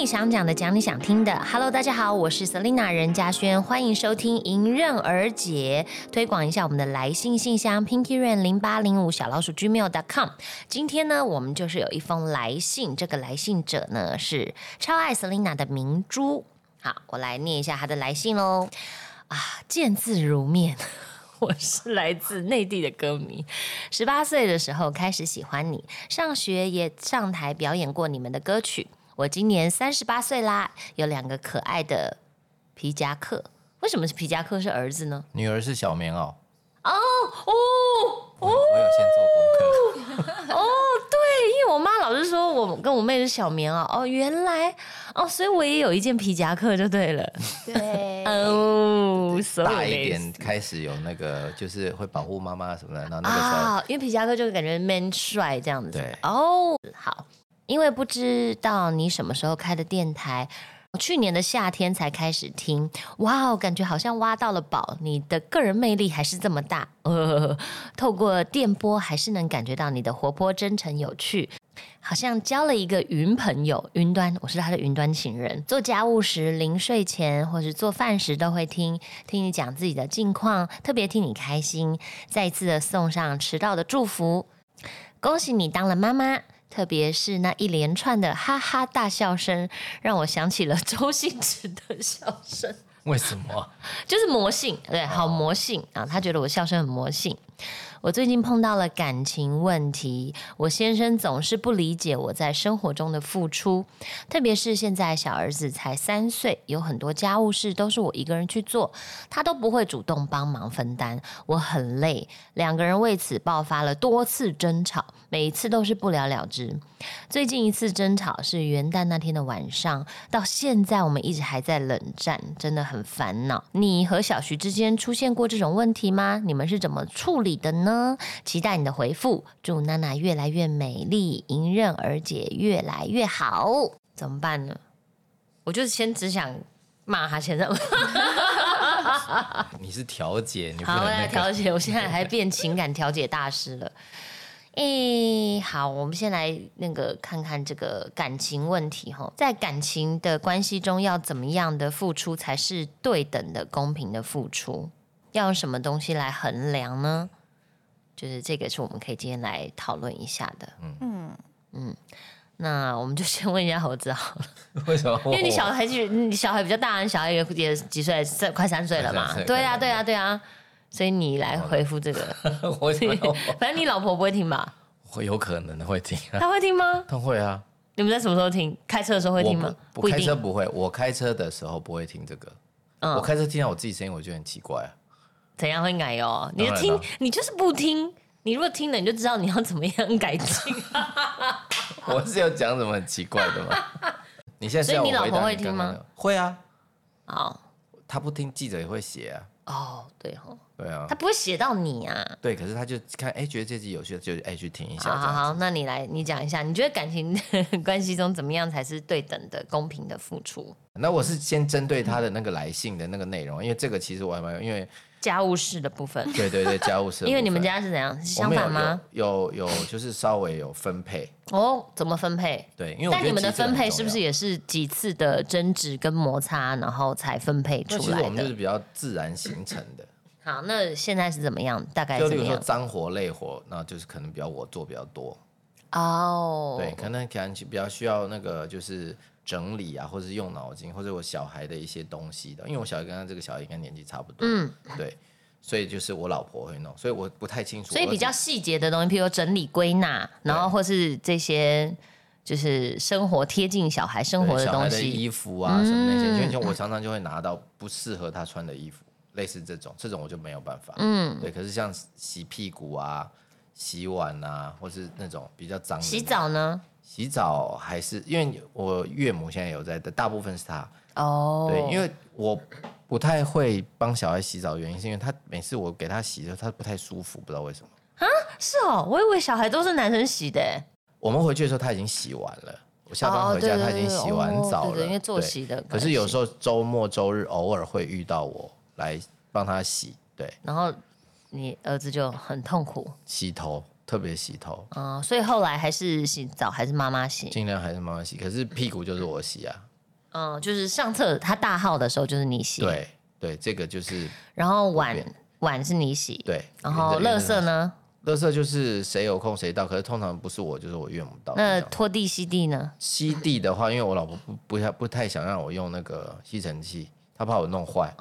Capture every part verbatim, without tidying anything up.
想讲的，讲你想听的。Hello， 大家好，我是 Selina 任嘉萱，欢迎收听迎刃而解，推广一下我们的来信信箱 pinkyrain 零八零五 小老鼠 gmail dot com。今天呢，我们就是有一封来信，这个来信者呢是超爱 Selina 的明珠。好，我来念一下他的来信喽。啊，见字如面。我是来自内地的歌迷，十八岁的时候开始喜欢你，上学也上台表演过你们的歌曲。我今年三十八岁啦，有两个可爱的皮夹克。为什么是皮夹克是儿子呢？ 女儿是小棉袄。 哦哦哦！我有先做功课。 哦，对，因为我妈老是说我跟我妹是小棉袄。哦，原来哦，所以我也有一件皮夹克就对了。 对。 哦， 大一点开始有那个，就是会保护妈妈什么的，然后那个时候， 啊，因为皮夹克就感觉 man 帅这样子。 对。 哦，好。因为不知道你什么时候开的电台，去年的夏天才开始听，哇哦，感觉好像挖到了宝，你的个人魅力还是这么大，呃，透过电波还是能感觉到你的活泼、真诚、有趣，好像交了一个云朋友，云端，我是他的云端情人。做家务时、临睡前或是做饭时都会听，听你讲自己的近况，特别听你开心，再一次的送上迟到的祝福，恭喜你当了妈妈。特别是那一连串的哈哈大笑声，让我想起了周星驰的笑声。 为什么？ 就是魔性，对，好魔性啊！他觉得我笑声很魔性。我最近碰到了感情问题，我先生总是不理解我在生活中的付出，特别是现在小儿子才三岁，有很多家务事都是我一个人去做，他都不会主动帮忙分担，我很累，两个人为此爆发了多次争吵，每一次都是不了了之。最近一次争吵是元旦那天的晚上，到现在我们一直还在冷战，真的很烦恼。你和小徐之间出现过这种问题吗？你们是怎么处理的呢？期待你的回复，祝娜娜越来越美丽，迎刃而解，越来越好。怎么办呢？我就是先只想骂他先生。 你是调解，你不好， 能、 我那个、 来调解，我现在还变情感调解大师了。诶，好，我们先来那个看看这个感情问题哈，在感情的关系中，要怎么样的付出才是对等的、公平的付出？要用什么东西来衡量呢？就是这个是我们可以今天来讨论一下的。嗯嗯，那我们就先问一下猴子好了。 为什么？ 因为你小孩就你小孩比较大，你小孩也也几岁？快三岁了嘛？对啊，对啊，对啊。所以你来回复这个。 我反正你老婆不会听吧？ 会有可能会听、啊。 她会听吗？ 她会啊。 你们在什么时候听？开车的时候会听吗？ 我不，我开车不会。我开车的时候不会听这个。嗯、我开车听到我自己声音，我觉得很奇怪啊。 怎样会改哦？你听，你就是不听。你如果听了，你就知道你要怎么样改进。 我是有讲什么很奇怪的吗？你现在是要我回答你刚刚的？所以你老婆会听吗？会啊。好，他不听，记者也会写啊。 哦，对哦。 对啊。 他不会写到你啊。对， 可是他就看，哎，觉得这集有趣，就哎去听一下。 好好好，那你来，你讲一下，你觉得感情关系中怎么样才是对等的、公平的付出？ 那我是先针对他的那个来信的那个内容，因为这个其实我还蛮因为。 家务事的部分， 对对对，家务事的部分。 因为你们家是怎样？是相反吗？ 有 有, 有就是稍微有分配哦，怎么分配？ 对，因为我觉得但你们的分配是不是也是几次的争执跟摩擦，然后才分配出来的？ 其实我们就是比较自然形成的。 好，那现在是怎么样？大概怎么样？ 就例如说脏活累活，那就是可能比较我做比较多。 哦， 对，可能可能比较需要那个就是整理啊，或者是用脑筋，或者我小孩的一些东西的，因为我小孩跟他这个小孩应该年纪差不多，嗯，对，所以就是我老婆会弄，所以我不太清楚， 所以比较细节的东西，譬如说整理归纳，然后或是这些就是生活贴近小孩生活的东西， 小孩的衣服啊什么那些，因为我常常就会拿到不适合他穿的衣服，类似这种，这种我就没有办法，嗯，对，可是像洗屁股啊。洗碗啊，或是那种比较脏的。 洗澡呢？ 洗澡还是因为我岳母现在有在的，大部分是她。 哦。 对，因为我不太会帮小孩洗澡，原因是因为他每次我给他洗的时候，他不太舒服，不知道为什么。 啊，是哦，我以为小孩都是男生洗的。 我们回去的时候他已经洗完了，我下班回家他已经洗完澡了。 哦、对, 对, 对, 对，因为作息的。 可是有时候周末周日偶尔会遇到我来帮他洗，对。 然后。你儿子就很痛苦， 洗头特别洗头啊、呃，所以后来还是洗澡还是妈妈洗， 尽量还是妈妈洗，可是屁股就是我洗啊。 嗯，就是上厕他大号的时候就是你洗， 对对，这个就是。 然后碗碗是你洗， 对。 然后垃圾呢？ 垃圾就是谁有空谁倒，可是通常不是我，就是我用不到。 那拖地吸地呢？ 吸地的话，因为我老婆不不太不太想让我用那个吸尘器，她怕我弄坏。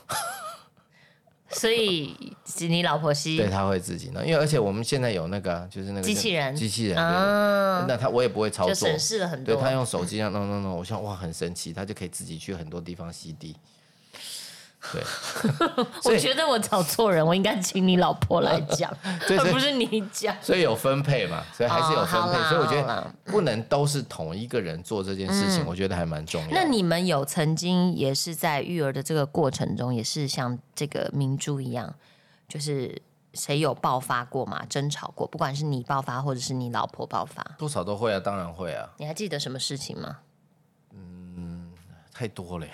所以是你老婆吸？ 对，她会自己弄，因为而且我们现在有那个就是那个机器人， 机器人，啊、那她我也不会操作， 就省事了很多。 对，她用手机这样弄弄弄，我想哇很神奇，她就可以自己去很多地方吸地。对， 我觉得我找错人，我应该请你老婆来讲，而不是你讲。 所以有分配嘛，所以还是有分配，哦、所以我觉得不能都是同一个人做这件事情，嗯、我觉得还蛮重要的。 那你们有曾经也是在育儿的这个过程中，也是像这个明珠一样，就是谁有爆发过嘛？争吵过，不管是你爆发或者是你老婆爆发， 多少都会啊，当然会啊。 你还记得什么事情吗？ 嗯，太多了。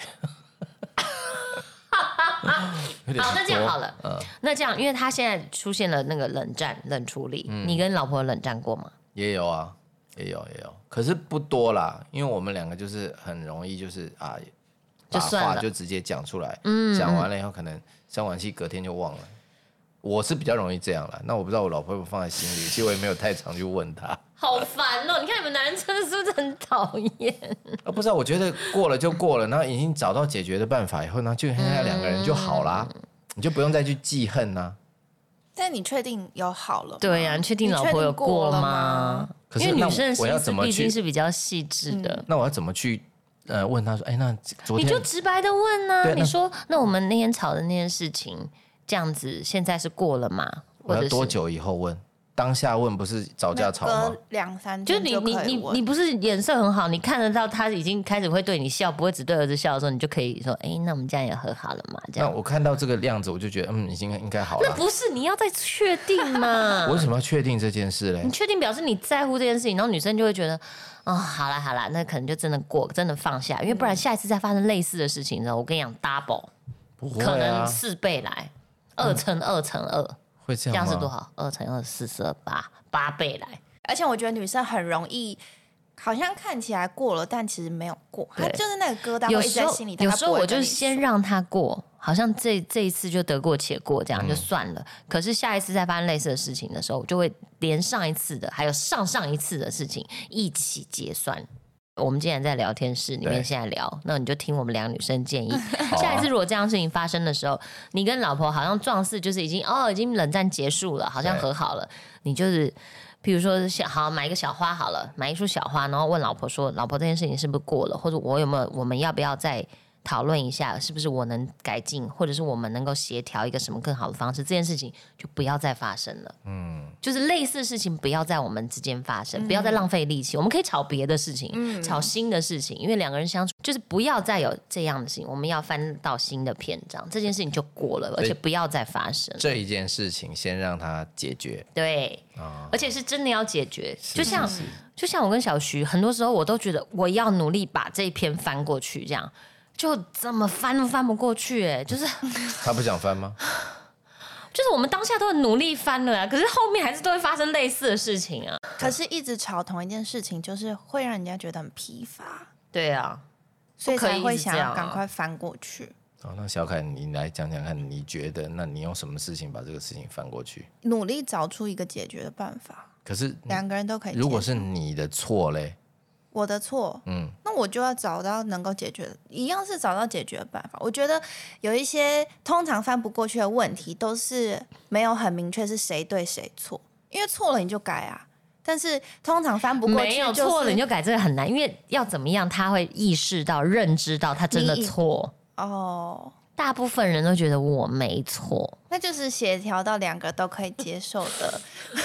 好，那这样好了，嗯、那这样，因为他现在出现了那个冷战、冷处理，嗯、你跟老婆冷战过吗？ 也有啊，也有也有，可是不多啦，因为我们两个就是很容易就是啊，把话就直接讲出来，讲完了以后可能生完气隔天就忘了。我是比较容易这样啦，那我不知道我老婆有没有放在心里，其实我也没有太常去问她。 好烦哦！你看你们男人真的是不是很讨厌？ 啊，不知道，我觉得过了就过了，然后已经找到解决的办法以后呢，就现在两个人就好啦，嗯、你就不用再去记恨呐、啊。 但你确定有好了吗？ 对呀、啊，你确定老婆有过了吗？ 可是因为女生的心思毕竟是比较细致的、嗯。 那我要怎么去呃问他说？哎，那昨天你就直白的问啊，你说那我们那天吵的那件事情，这样子现在是过了吗？ 我要多久以后问？当下问不是找架吵吗？ 两三天就你你你你不是眼色很好，你看得到他已经开始会对你笑，不会只对儿子笑的时候，你就可以说，哎、欸，那我们这样也和好了嘛？这样。 那我看到这个样子，我就觉得，嗯，已经应该好了。 那不是你要再确定嘛？ 我为什么要确定这件事嘞？ 你确定表示你在乎这件事情，然后女生就会觉得，哦，好啦好啦，那可能就真的过，真的放下，因为不然下一次再发生类似的事情呢，我跟你讲 double，、 不会啊、 可能四倍来，二乘二乘二。 会这样吗？ 这样是多少？二乘二四十二八，八倍来。 而且我觉得女生很容易，好像看起来过了，但其实没有过。她就是那个疙瘩会一直在心里。 有时候我就先让她过，好像这这一次就得过且过，这样就算了。嗯、可是下一次再发生类似的事情的时候，我就会连上一次的，还有上上一次的事情一起结算。我们今天在聊天室里面现在聊，那你就听我们两个女生建议。下一次如果这样的事情发生的时候，你跟老婆好像状似就是已经哦已经冷战结束了，好像和好了，你就是比如说好买一个小花好了，买一束小花，然后问老婆说，老婆这件事情是不是过了，或者我有没有我们要不要再讨论一下，是不是我能改进，或者是我们能够协调一个什么更好的方式，这件事情就不要再发生了。嗯，就是类似的事情不要在我们之间发生，嗯、不要再浪费力气。我们可以吵别的事情，嗯、吵新的事情，因为两个人相处就是不要再有这样的事情，我们要翻到新的篇章，这件事情就过了，而且不要再发生。 这一件事情先让它解决， 对，哦、而且是真的要解决。就像就像我跟小徐，很多时候我都觉得我要努力把这一篇翻过去，这样。就怎么翻都翻不过去，哎，就是他不想翻吗？ 就是我们当下都很努力翻了啊，可是后面还是都会发生类似的事情啊。 可是，一直吵同一件事情，就是会让人家觉得很疲乏。 对啊， 所以才会想要赶快翻过去。 好，那小凯，你来讲讲看，你觉得，那你用什么事情把这个事情翻过去？ 努力找出一个解决的办法。 可是两个人都可以。 如果是你的错嘞？ 我的错，嗯，那我就要找到能够解决的，一样是找到解决的办法。我觉得有一些通常翻不过去的问题，都是没有很明确是谁对谁错，因为错了你就改啊。但是通常翻不过去、就是， 没有错了你就改，这个很难，因为要怎么样他会意识到、认知到他真的错哦。大部分人都觉得我没错， 那就是协调到两个都可以接受的。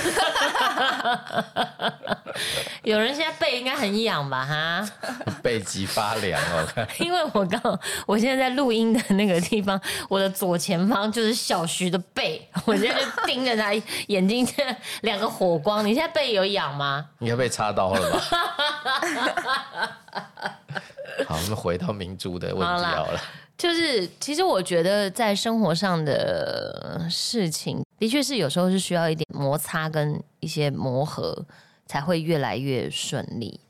有人现在背应该很痒吧？哈， 背脊发凉哦。 因为我刚我现在在录音的那个地方，我的左前方就是小徐的背，我现在就盯着他眼睛，两个火光。你现在背有痒吗？ 应该被插刀了吧？好，我们回到明珠的问题好了。 就是，其实我觉得在生活上的事情，的确是有时候是需要一点摩擦跟一些磨合，才会越来越顺利。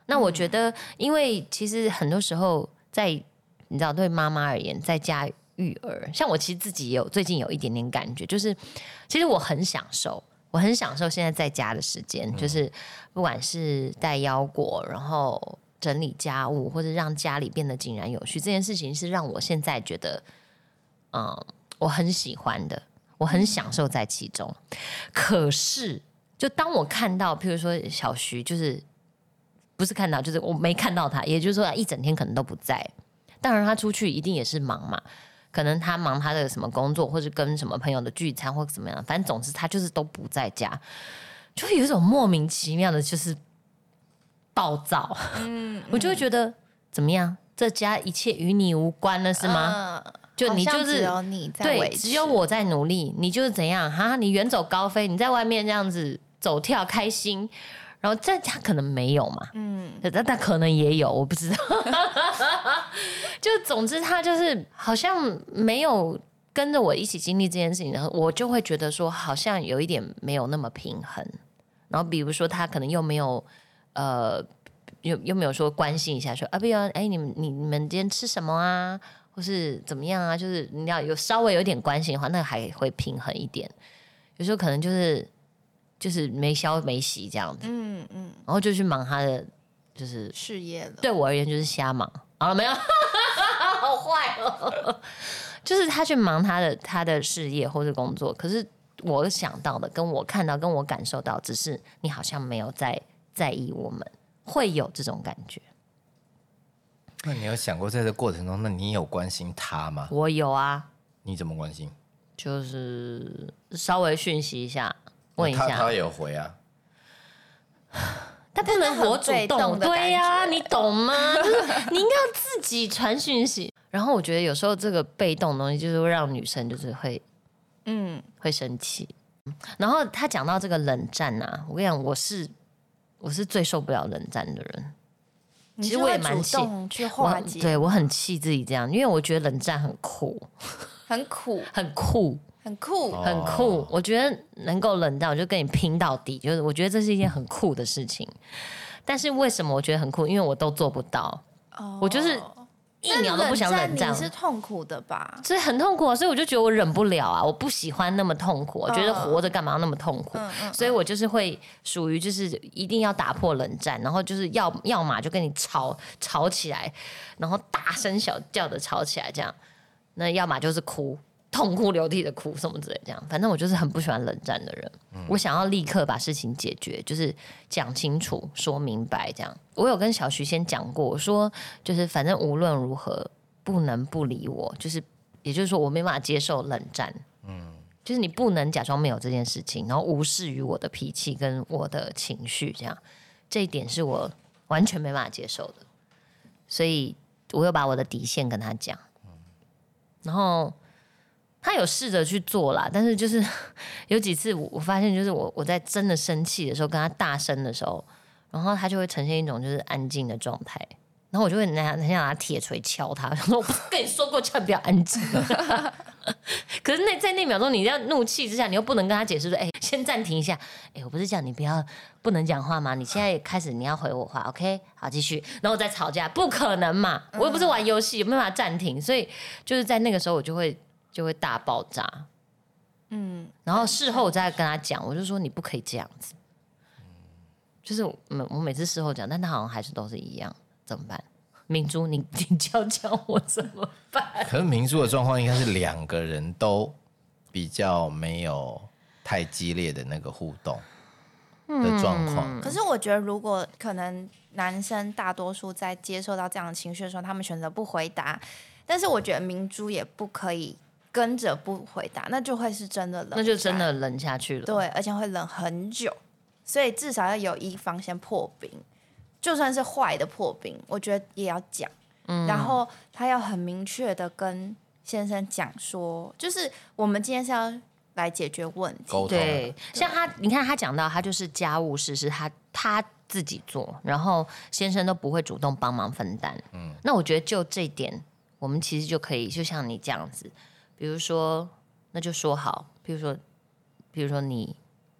那我觉得，因为其实很多时候在你知道，对妈妈而言，在家育儿，像我其实自己也有最近有一点点感觉，就是其实我很享受。我很享受现在在家的时间，嗯、就是不管是带腰果，然后整理家务，或者让家里变得井然有序，这件事情是让我现在觉得，嗯，我很喜欢的，我很享受在其中。嗯、可是，就当我看到，譬如说小徐，就是不是看到，就是我没看到他，也就是说一整天可能都不在。当然，他出去一定也是忙嘛。可能他忙他的什么工作，或是跟什么朋友的聚餐，或怎么样，反正总之他就是都不在家，就会有一种莫名其妙的，就是暴躁。嗯，我就会觉得怎么样，这家一切与你无关了，是吗？嗯、就你就是只有你在维持， 对，只有我在努力，你就是怎样哈？你远走高飞，你在外面这样子走跳开心。然后在家可能没有嘛，嗯，但但可能也有，我不知道。就总之他就是好像没有跟着我一起经历这件事情，然后我就会觉得说好像有一点没有那么平衡。然后比如说他可能又没有呃又又没有说关心一下说啊不要哎你们你你们今天吃什么啊，或是怎么样啊，就是你要有稍微有点关心的话，那还会平衡一点。有时候可能就是。就是没消没息这样子，嗯嗯，然后就去忙他的就是事业了。 对我而言就是瞎忙，好了没有？好坏哦，就是他去忙他的他的事业或是工作，可是我想到的、跟我看到、跟我感受到，只是你好像没有在在意我们，会有这种感觉。 那你有想过在这过程中，那你有关心他吗？ 我有啊。 你怎么关心？ 就是稍微讯息一下。问一下， 他他也有回啊， 他不能我主动，对呀、啊，你懂吗？就是你应该要自己传讯息。然后我觉得有时候这个被动的东西，就是会让女生就是会，嗯，会生气。然后他讲到这个冷战啊，我跟你讲，我是我是最受不了冷战的人。其实我也蛮气， 去化解， 对我很气自己这样，因为我觉得冷战很酷， 很苦， 很酷。 很酷， 很酷。哦、我觉得能够冷战，我就跟你拼到底。就是我觉得这是一件很酷的事情。但是为什么我觉得很酷？因为我都做不到。哦、我就是一秒都不想冷战。 你是痛苦的吧？ 所以很痛苦，所以我就觉得我忍不了啊！我不喜欢那么痛苦，我觉得活着干嘛要那么痛苦？嗯嗯、所以我就是会属于就是一定要打破冷战，然后就是要要么就跟你吵吵起来，然后大声小叫的吵起来这样。那要么就是哭。痛哭流涕的哭什么之类这样，反正我就是很不喜欢冷战的人。嗯、我想要立刻把事情解决，就是讲清楚、说明白这样。我有跟小徐先讲过，我说就是反正无论如何不能不理我，就是也就是说我没办法接受冷战。嗯，就是你不能假装没有这件事情，然后无视于我的脾气跟我的情绪，这样这一点是我完全没办法接受的。所以我又把我的底线跟他讲，然后。他有试着去做啦，但是就是有几次我我发现，就是我我在真的生气的时候，跟他大声的时候，然后他就会呈现一种就是安静的状态，然后我就会拿很想拿铁锤敲他，说我不是跟你说过叫你不要安静。可是那在那秒钟，你要怒气之下，你又不能跟他解释说，哎、欸，先暂停一下，哎、欸，我不是叫你不要不能讲话吗？你现在开始你要回我话 ，OK， 好，继续，然后再吵架，不可能嘛，我又不是玩游戏，有没有办法暂停？所以就是在那个时候，我就会。就会大爆炸，嗯，然后事后我再跟他讲，我就说你不可以这样子，就是我我每次事后讲，但他好像还是都是一样，怎么办？明珠，你你教教我怎么办？ 可是明珠的状况应该是两个人都比较没有太激烈的那个互动的状况、嗯。 可是我觉得，如果可能，男生大多数在接受到这样的情绪的时候，他们选择不回答，但是我觉得明珠也不可以。跟着不回答，那就会是真的冷， 那就真的冷下去了。 对，而且会冷很久，所以至少要有一方先破冰，就算是坏的破冰，我觉得也要讲。嗯、然后他要很明确的跟先生讲说，就是我们今天是要来解决问题。 对，像他，你看他讲到，他就是家务事是他他自己做，然后先生都不会主动帮忙分担。嗯，那我觉得就这一点，我们其实就可以，就像你这样子。比如说，那就说好。比如说，比如说你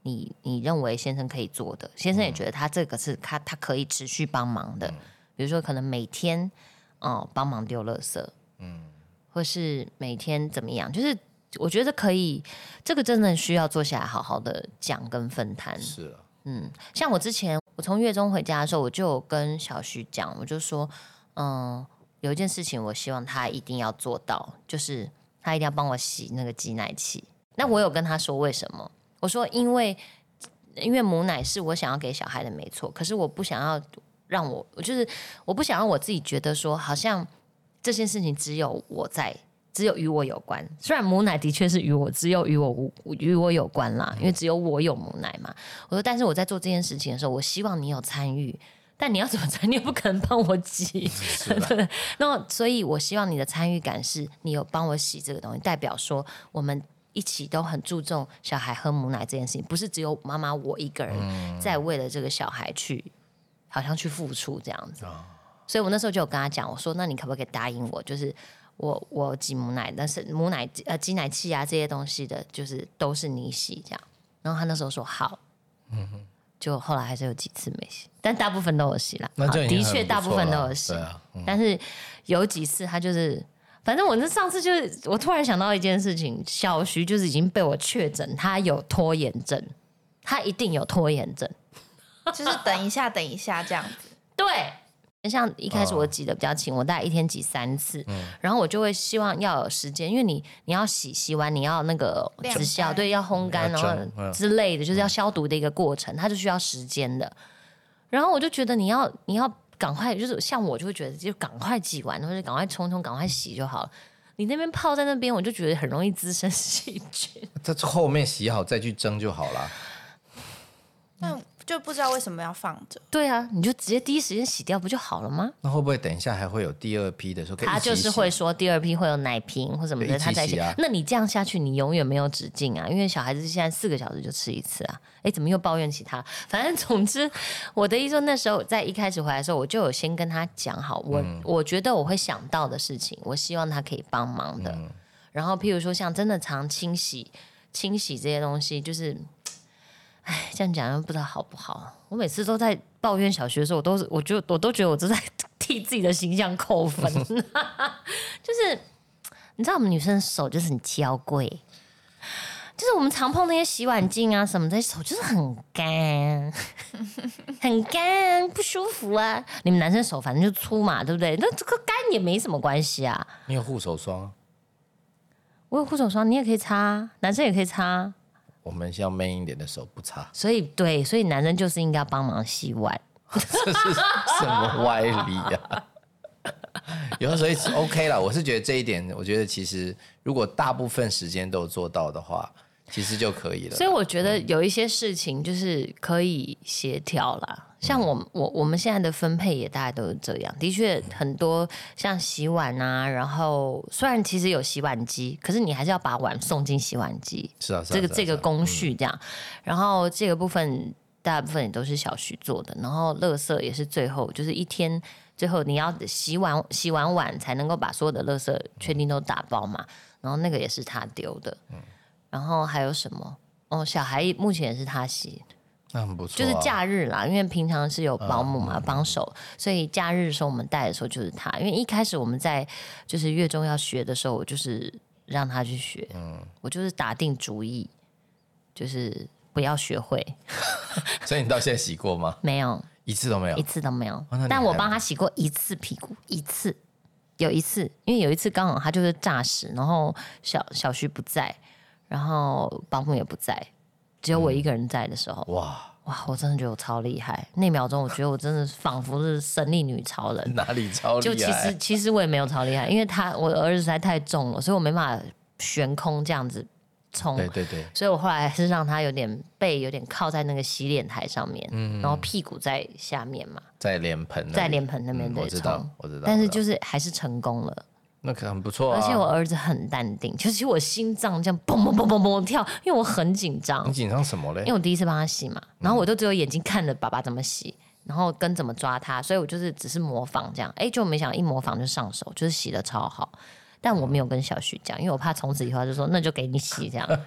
你你认为先生可以做的，先生也觉得他这个是他他可以持续帮忙的，嗯、比如说可能每天哦帮忙丢垃圾，嗯，或是每天怎么样，就是我觉得可以，这个真的需要坐下来好好的讲跟分摊。 是啊， 嗯，像我之前我从月中回家的时候，我就有跟小徐讲，我就说，嗯，有一件事情我希望他一定要做到，就是他一定要帮我洗那个挤奶器。那我有跟他说为什么？我说因为因为母奶是我想要给小孩的没错，可是我不想要让我，就是我不想让我自己觉得说好像这件事情只有我在。只有与我有关，虽然母奶的确是与我，只有与我与我有关啦，因为只有我有母奶嘛。我说，但是我在做这件事情的时候，我希望你有参与，但你要怎么参与？你也不可能帮我挤，对。那所以，我希望你的参与感是你有帮我洗这个东西，代表说我们一起都很注重小孩喝母奶这件事情，不是只有妈妈我一个人在为了这个小孩去，好像去付出这样子。所以我那时候就有跟他讲，我说，那你可不可以答应我，就是。我我挤母奶，但是母奶呃挤奶器啊这些东西的，就是都是你洗这样。然后他那时候说好，嗯哼，就后来还是有几次没洗，但大部分都有洗啦。 那就的确大部分都有洗， 啊嗯、 但是有几次他就是，反正我那上次就是我突然想到一件事情，小徐就是已经被我确诊他有拖延症，他一定有拖延症， 就是等一下等一下这样子， 对。像一开始我挤的比较勤，我大概一天挤三次，嗯、然后我就会希望要有时间，因为你你要洗洗完，你要那个直销，对，要烘干，然后之类的，就是要消毒的一个过程，它就需要时间的。然后我就觉得你要你要赶快，就是像我就会觉得就赶快挤完，或者赶快冲冲，赶快洗就好了。你那边泡在那边，我就觉得很容易滋生细菌。 这后面洗好再去蒸就好了。 那就不知道为什么要放着。 对啊，你就直接第一时间洗掉不就好了吗？ 那会不会等一下还会有第二批的时候可以一起洗？ 他就是会说第二批会有奶瓶或什么的，他在洗。那你这样下去，你永远没有止境啊！因为小孩子现在四个小时就吃一次啊。哎，怎么又抱怨其他？反正总之，我的意思说，那时候在一开始回来的时候，我就有先跟他讲好，我、嗯、我觉得我会想到的事情，我希望他可以帮忙的。嗯、然后，譬如说像真的常清洗、清洗这些东西，就是。哎，这样讲又不知道好不好。我每次都在抱怨小学的时候，我都我就我都觉得我都在替自己的形象扣分。就是你知道，我们女生的手就是很娇贵，就是我们常碰那些洗碗巾啊什么的，手就是很干，很干，不舒服啊。你们男生手反正就粗嘛，对不对？那这个干也没什么关系啊。 你有护手霜？ 我有护手霜，你也可以擦，男生也可以擦。 我们要 man 一点的手不擦， 所以对，所以男生就是应该帮忙洗碗。 这是什么歪理啊？有的时候一直 OK 啦，我是觉得这一点，我觉得其实如果大部分时间都做到的话，其实就可以了。 所以我觉得有一些事情就是可以协调啦。像我我我们现在的分配也大概都是这样，的确很多像洗碗啊，然后虽然其实有洗碗机，可是你还是要把碗送进洗碗机， 是啊， 这个这个工序这样，然后这个部分大部分也都是小徐做的，然后垃圾也是最后就是一天最后你要洗完洗完碗才能够把所有的垃圾确定都打包嘛，然后那个也是他丢的，然后还有什么哦，小孩目前也是他洗。 那很不错、啊， 就是假日啦，因为平常是有保姆嘛帮、嗯、手，所以假日的时候我们带的时候就是他。因为一开始我们在就是月中要学的时候，我就是让他去学，嗯，我就是打定主意，就是不要学会。 所以你到现在洗过吗？ 没有， 一次都没有， 一次都没有。哦、但我帮他洗过一次屁股，一次，有一次，因为有一次刚好他就是诈屎，然后小小徐不在，然后保姆也不在。只有我一个人在的时候，嗯、哇哇，我真的觉得我超厉害。那秒钟，我觉得我真的仿佛是神力女超人。 哪里超厉害？ 就其实其实我也没有超厉害，因为他我的儿子实在太重了，所以我没办法悬空这样子冲。 对对对。 所以我后来还是让他有点背有点靠在那个洗脸台上面，嗯、然后屁股在下面嘛， 在脸盆在脸盆那边对冲、嗯。 我知道，我知道。 但是就是还是成功了。 那可很不错、啊， 而且我儿子很淡定，其实我心脏这样嘣嘣嘣嘣嘣跳，因为我很紧张。 你紧张什么嘞？ 因为我第一次帮他洗嘛，然后我就只有眼睛看着爸爸怎么洗，然后跟怎么抓他，所以我就是只是模仿这样，哎，就没想到一模仿就上手，就是洗得超好。但我没有跟小徐讲，因为我怕从此以后他就说那就给你洗这样。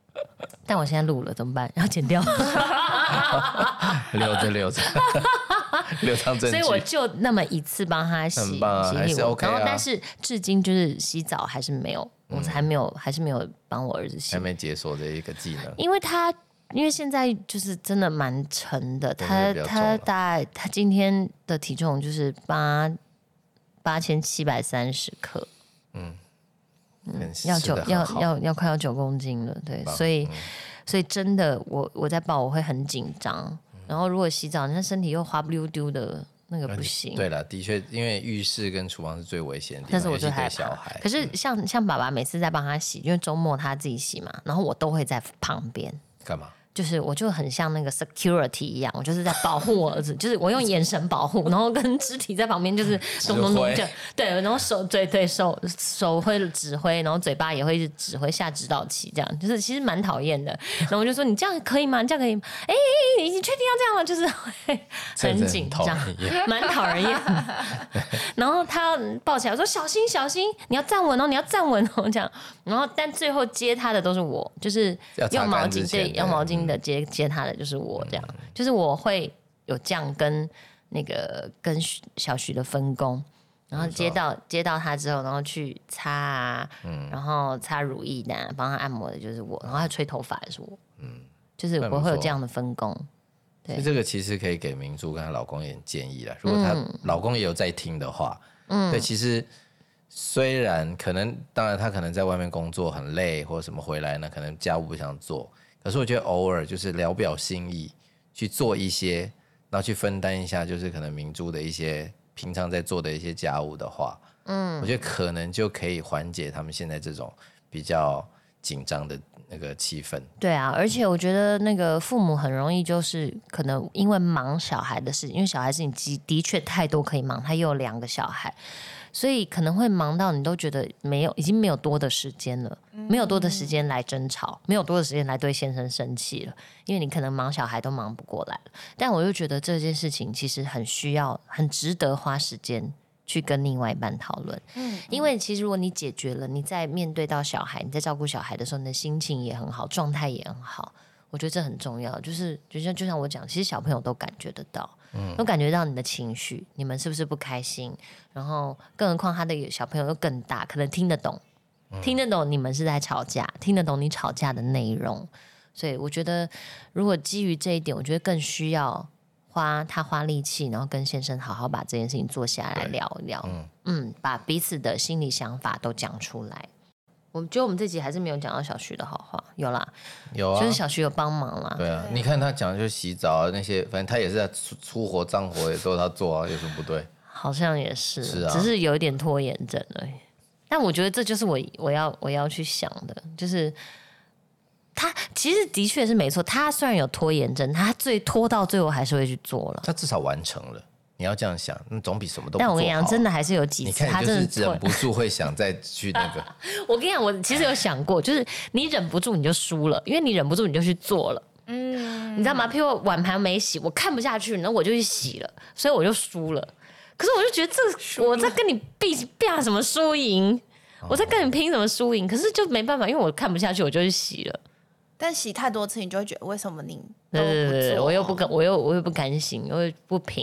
但我现在录了怎么办？要剪掉？ 留着留着，留张证据。 所以我就那么一次帮他洗， 很棒啊，还是 OK 啊。 然后但是至今就是洗澡还是没有，嗯、我还没有还是没有帮我儿子洗， 还没解锁的一个技能。 因为他因为现在就是真的蛮沉的，他他大概他今天的体重就是八八千七百三十克，嗯。嗯、要九要要要快要九公斤了，对，所以、嗯、所以真的我我在抱我会很紧张，嗯、然后如果洗澡，那身体又滑不溜丢的，那个不行。 对了，的确，因为浴室跟厨房是最危险的地方， 但是我最害怕小孩。可是像、嗯、像爸爸每次在帮他洗，因为周末他自己洗嘛，然后我都会在旁边干嘛？ 就是我就很像那个 security 一样，我就是在保护我儿子，就是我用眼神保护，然后跟肢体在旁边就是咚咚咚这样，对，然后手对对手手会指挥，然后嘴巴也会指挥下指导棋，这样就是其实蛮讨厌的。然后我就说你这样可以吗？你这样可以吗？哎、欸，你确定要这样吗？就是会很紧张，蛮讨人厌的。然后他抱起来说小心小心，你要站稳哦，你要站稳哦，这样。然后但最后接他的都是我，就是用毛巾，对，用毛巾。的接接他的就是我这样，嗯、就是我会有这样跟那个跟小徐的分工，然后接到接到他之后，然后去擦啊，嗯、然后擦乳液的、啊，帮他按摩的就是我，然后他吹头发也是我，嗯，就是我会有这样的分工。对， 这个其实可以给明珠跟她老公一点建议啦，如果她老公也有在听的话，嗯，对，其实虽然可能，当然他可能在外面工作很累或者什么回来呢，可能家务不想做。可是我觉得偶尔就是聊表心意，去做一些，然后去分担一下，就是可能明珠的一些平常在做的一些家务的话，嗯，我觉得可能就可以缓解他们现在这种比较紧张的那个气氛。 对啊，而且我觉得那个父母很容易就是可能因为忙小孩的事情，因为小孩事情的确太多可以忙，他又有两个小孩。所以可能会忙到你都觉得没有，已经没有多的时间了，没有多的时间来争吵，没有多的时间来对先生生气了，因为你可能忙小孩都忙不过来了。但我就觉得这件事情其实很需要，很值得花时间去跟另外一半讨论。嗯，因为其实如果你解决了，你在面对到小孩，你在照顾小孩的时候，你的心情也很好，状态也很好。我觉得这很重要，就是就像就像我讲，其实小朋友都感觉得到，嗯，都感觉到你的情绪，你们是不是不开心？然后，更何况他的小朋友又更大，可能听得懂，嗯、听得懂你们是在吵架，听得懂你吵架的内容。所以我觉得，如果基于这一点，我觉得更需要花他花力气，然后跟先生好好把这件事情坐下来聊一聊，嗯, 嗯，把彼此的心理想法都讲出来。我觉得我们这集还是没有讲到小徐的好话，有啦， 有啊， 就是小徐有帮忙啦。 对啊，你看他讲就是洗澡啊那些，反正他也是在粗粗活脏活也都他做啊，有什么不对？ 好像也是， 是啊， 只是有一点拖延症而已。但我觉得这就是我我要我要去想的，就是他其实的确是没错，他虽然有拖延症，他最拖到最后还是会去做了， 他至少完成了。你要这样想，那总比什么都不做好。 但我跟你讲，真的还是有几次， 他真的忍不住会想再去那个。 我跟你讲，我其实有想过，就是你忍不住你就输了，因为你忍不住你就去做了。嗯，你知道吗？譬如碗盘没洗，我看不下去，然后我就去洗了，所以我就输了。可是我就觉得这我在跟你比比什么输赢，我在跟你拼什么输赢？可是就没办法，因为我看不下去，我就去洗了。 但洗太多次，你就会觉得为什么你都不做？ 对对对，我又不敢，我又我又不甘心，我又不平。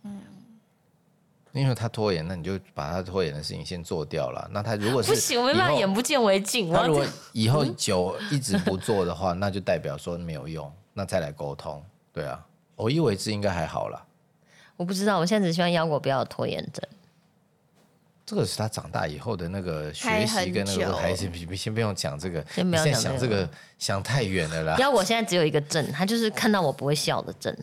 因为他拖延，那你就把他拖延的事情先做掉了。那他如果是不行，我没办法眼不见为净。 他如果以后久一直不做的话，那就代表说没有用，那再来沟通。对啊，偶一为之应该还好啦。 我不知道，我现在只希望腰果不要有拖延症。 这个是他长大以后的那个学习跟那个，还是先不用讲这个， 先不要讲这个，想这个想太远了啦。 腰果现在只有一个症，他就是看到我不会笑的症。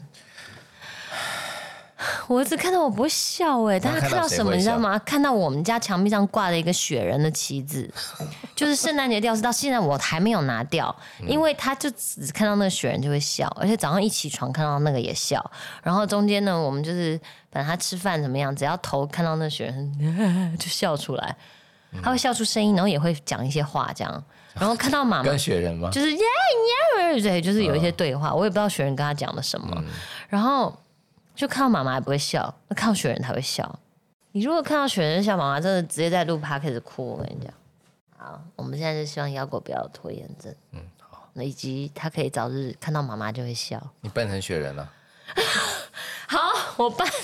我只看到我不会笑哎、欸，但他看到什么你知道吗？看到我们家墙壁上挂了一个雪人的旗子，就是圣诞节吊饰，到现在我还没有拿掉，因为他就只看到那个雪人就会笑，而且早上一起床看到那个也笑，然后中间呢，我们就是反正他吃饭怎么样，只要头看到那个雪人就笑出来，他会笑出声音，然后也会讲一些话这样，然后看到妈妈跟雪人吗？ 就是耶耶，对，就是有一些对话，我也不知道雪人跟他讲了什么，嗯、然后。就看到妈妈还不会笑，那看到雪人才会笑。你如果看到雪人笑，妈妈真的直接在录 podcast 哭。我跟你讲，好，我们现在就希望腰果不要有拖延症。 嗯，好。 以及他可以早日看到妈妈就会笑。 你扮成雪人了、啊？ 好，我扮。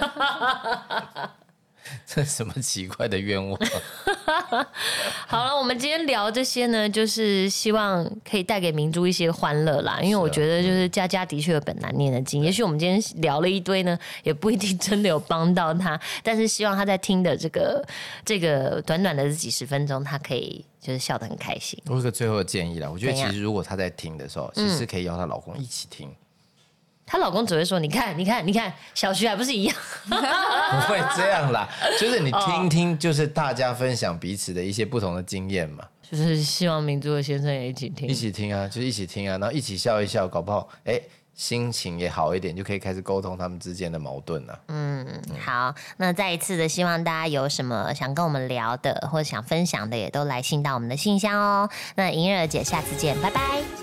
这什么奇怪的愿望？ 好了，我们今天聊这些呢，就是希望可以带给明珠一些欢乐啦。因为我觉得，就是家家的确有本难念的经。也许我们今天聊了一堆呢，也不一定真的有帮到他。但是希望他在听的这个这个短短的几十分钟，他可以就是笑得很开心。 我有个最后的建议啦，我觉得其实如果他在听的时候，其实可以邀她老公一起听。 她老公只会说：“你看，你看，你看，小徐还不是一样？” 不会这样啦，就是你听听，就是大家分享彼此的一些不同的经验嘛。 就是希望明珠的先生也一起听， 一起听啊，就是一起听啊，然后一起笑一笑，搞不好哎、欸、心情也好一点，就可以开始沟通他们之间的矛盾了、啊。 嗯，好，那再一次的希望大家有什么想跟我们聊的，或者想分享的，也都来信到我们的信箱哦。那莹儿姐，下次见，拜拜。